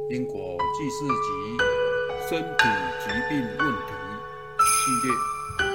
因果记事集身体疾病问题系列。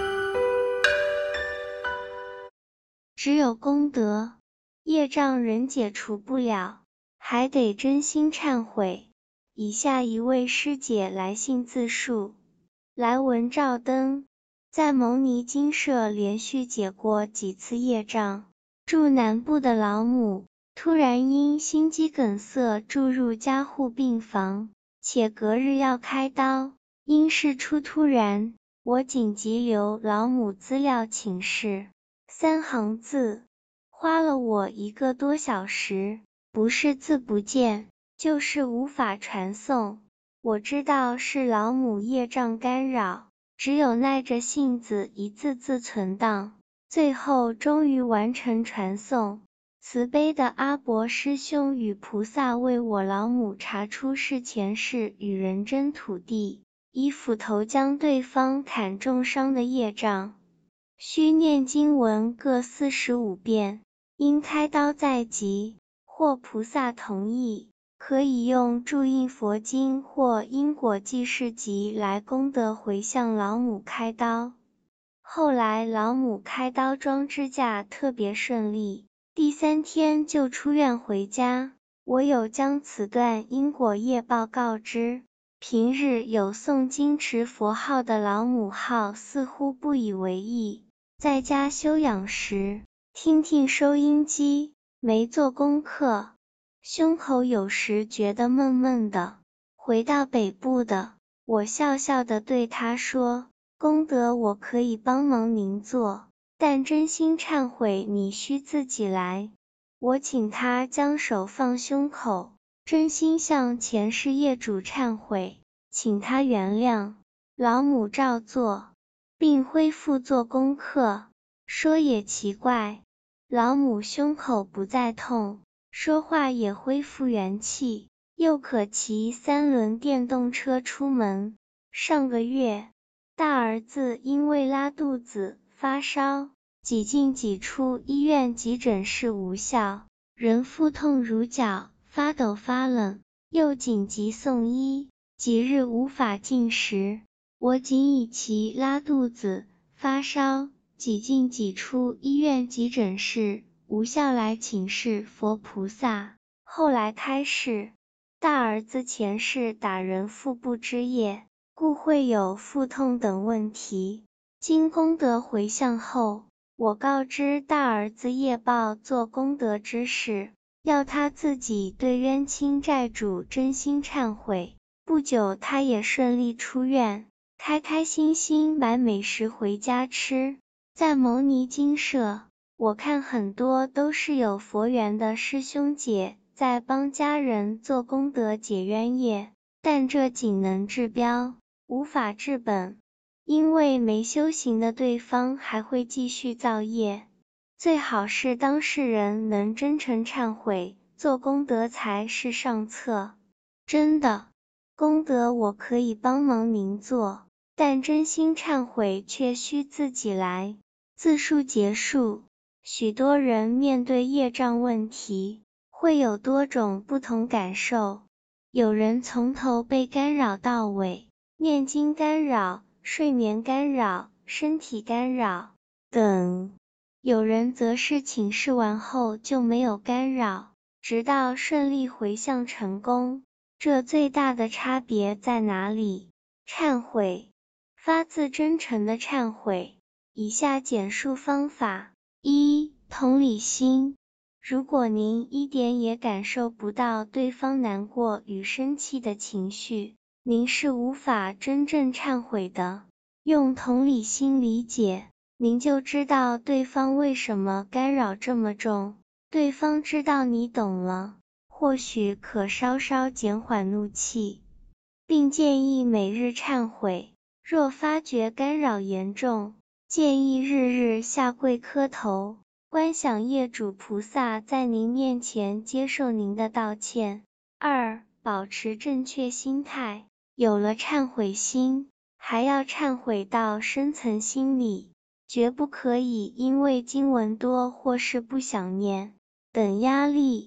只有功德，业障人解除不了，还得真心忏悔。以下一位师姐来信自述：来文照灯，在牟尼精舍连续解过几次业障，住南部的老母突然因心肌梗塞住入加护病房，且隔日要开刀，因事出突然，我紧急留老母资料请示，3行字，花了我1个多小时，不是字不见，就是无法传送。我知道是老母业障干扰，只有耐着性子一字字存档，最后终于完成传送。慈悲的阿伯师兄与菩萨为我老母查出是前世与人争土地，以斧头将对方砍重伤的业障，需念经文各45遍，因开刀在即，获菩萨同意，可以用注印佛经或因果记事集来功德回向老母开刀。后来老母开刀装支架特别顺利，第3天就出院回家。我有将此段因果业报告知，平日有诵经持佛号的老母号似乎不以为意，在家休养时听听收音机，没做功课，胸口有时觉得闷闷的。回到北部的，我笑笑地对他说，功德我可以帮忙您做，但真心忏悔你需自己来。我请他将手放胸口，真心向前世业主忏悔，请他原谅。老母照做，并恢复做功课。说也奇怪，老母胸口不再痛，说话也恢复元气，又可骑3轮电动车出门。上个月，大儿子因为拉肚子、发烧，几进几出医院急诊室无效，人腹痛如绞，发抖发冷，又紧急送医，几日无法进食。我仅以其拉肚子、发烧，几进几出医院急诊室无效来请示佛菩萨。后来开示，大儿子前世打人腹部之业，故会有腹痛等问题。经功德回向后，我告知大儿子业报做功德之事，要他自己对冤亲债主真心忏悔。不久他也顺利出院，开开心心买美食回家吃。在牟尼精舍，我看很多都是有佛缘的师兄姐在帮家人做功德解冤业，但这仅能治标，无法治本，因为没修行的对方还会继续造业。最好是当事人能真诚忏悔，做功德才是上策。真的，功德我可以帮忙您做，但真心忏悔却需自己来。自述结束。许多人面对业障问题，会有多种不同感受。有人从头被干扰到尾，念经干扰，睡眠干扰，身体干扰等。有人则是请示完后就没有干扰，直到顺利回向成功。这最大的差别在哪里？忏悔，发自真诚的忏悔。以下简述方法。1. 同理心。如果您一点也感受不到对方难过与生气的情绪，您是无法真正忏悔的。用同理心理解，您就知道对方为什么干扰这么重。对方知道你懂了，或许可稍稍减缓怒气，并建议每日忏悔。若发觉干扰严重，建议日日下跪磕头，观想业主菩萨在您面前接受您的道歉。2. 保持正确心态。有了忏悔心，还要忏悔到深层心里，绝不可以因为经文多或是不想念等压力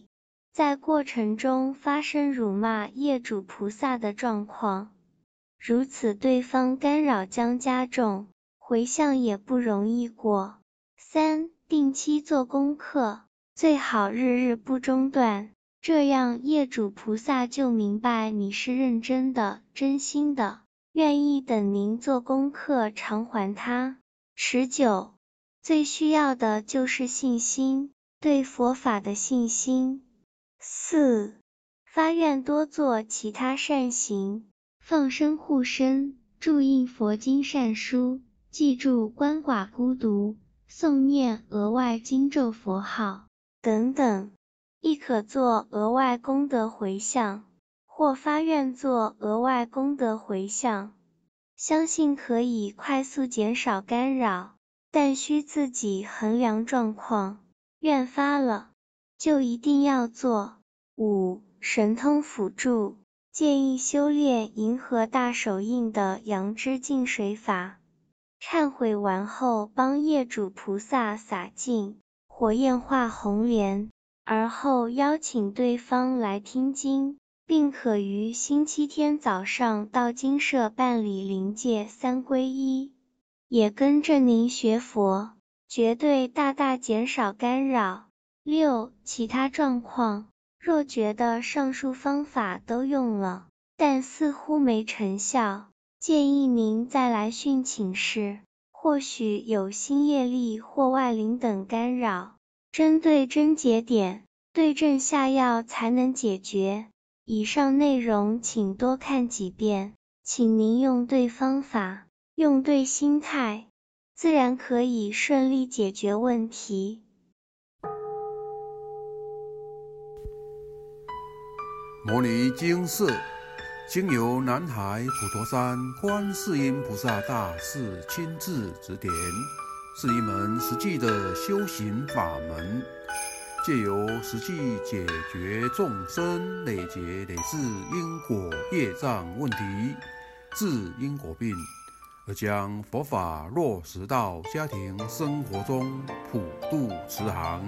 在过程中发生辱骂业主菩萨的状况，如此对方干扰将加重，回向也不容易过。3. 定期做功课，最好日日不中断，这样业主菩萨就明白你是认真的、真心的，愿意等您做功课偿还他。持久，最需要的就是信心，对佛法的信心。4. 发愿多做其他善行，放生护身，注印佛经善书，记住鳏寡孤独，诵念额外经咒佛号等等，亦可做额外功德回向，或发愿做额外功德回向，相信可以快速减少干扰，但需自己衡量状况，愿发了就一定要做。5. 神通辅助，建议修炼银河大手印的阳之净水法，忏悔完后帮业主菩萨洒净，火焰化红莲，而后邀请对方来听经，并可于星期天早上到精舍办理灵界3皈依，也跟着您学佛，绝对大大减少干扰。6. 其他状况，若觉得上述方法都用了，但似乎没成效，建议您再来训请示，或许有新业力或外灵等干扰，针对症结点，对症下药才能解决。以上内容请多看几遍，请您用对方法，用对心态，自然可以顺利解决问题。 摩尼精舍经由南海普陀山观世音菩萨大士亲自指点，是一门实际的修行法门，借由实际解决众生累劫累世因果业障问题，治因果病，而将佛法落实到家庭生活中，普度慈航。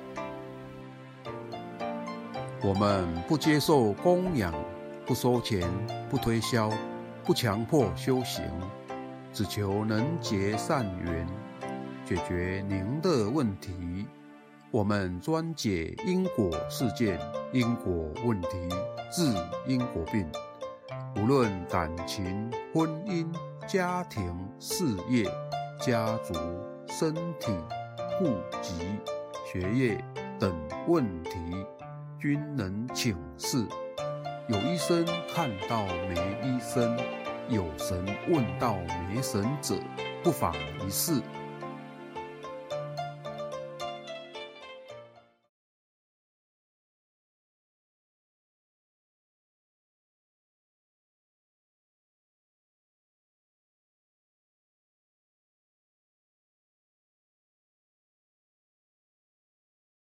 我们不接受供养，不收钱，不推销，不强迫修行，只求能结善缘，解决您的问题。我们专解因果事件、因果问题，治因果病。无论感情、婚姻、家庭、事业、家族、身体、户籍、学业等问题，均能请示。有医生看到没医生，有神问到没神者，不妨一试。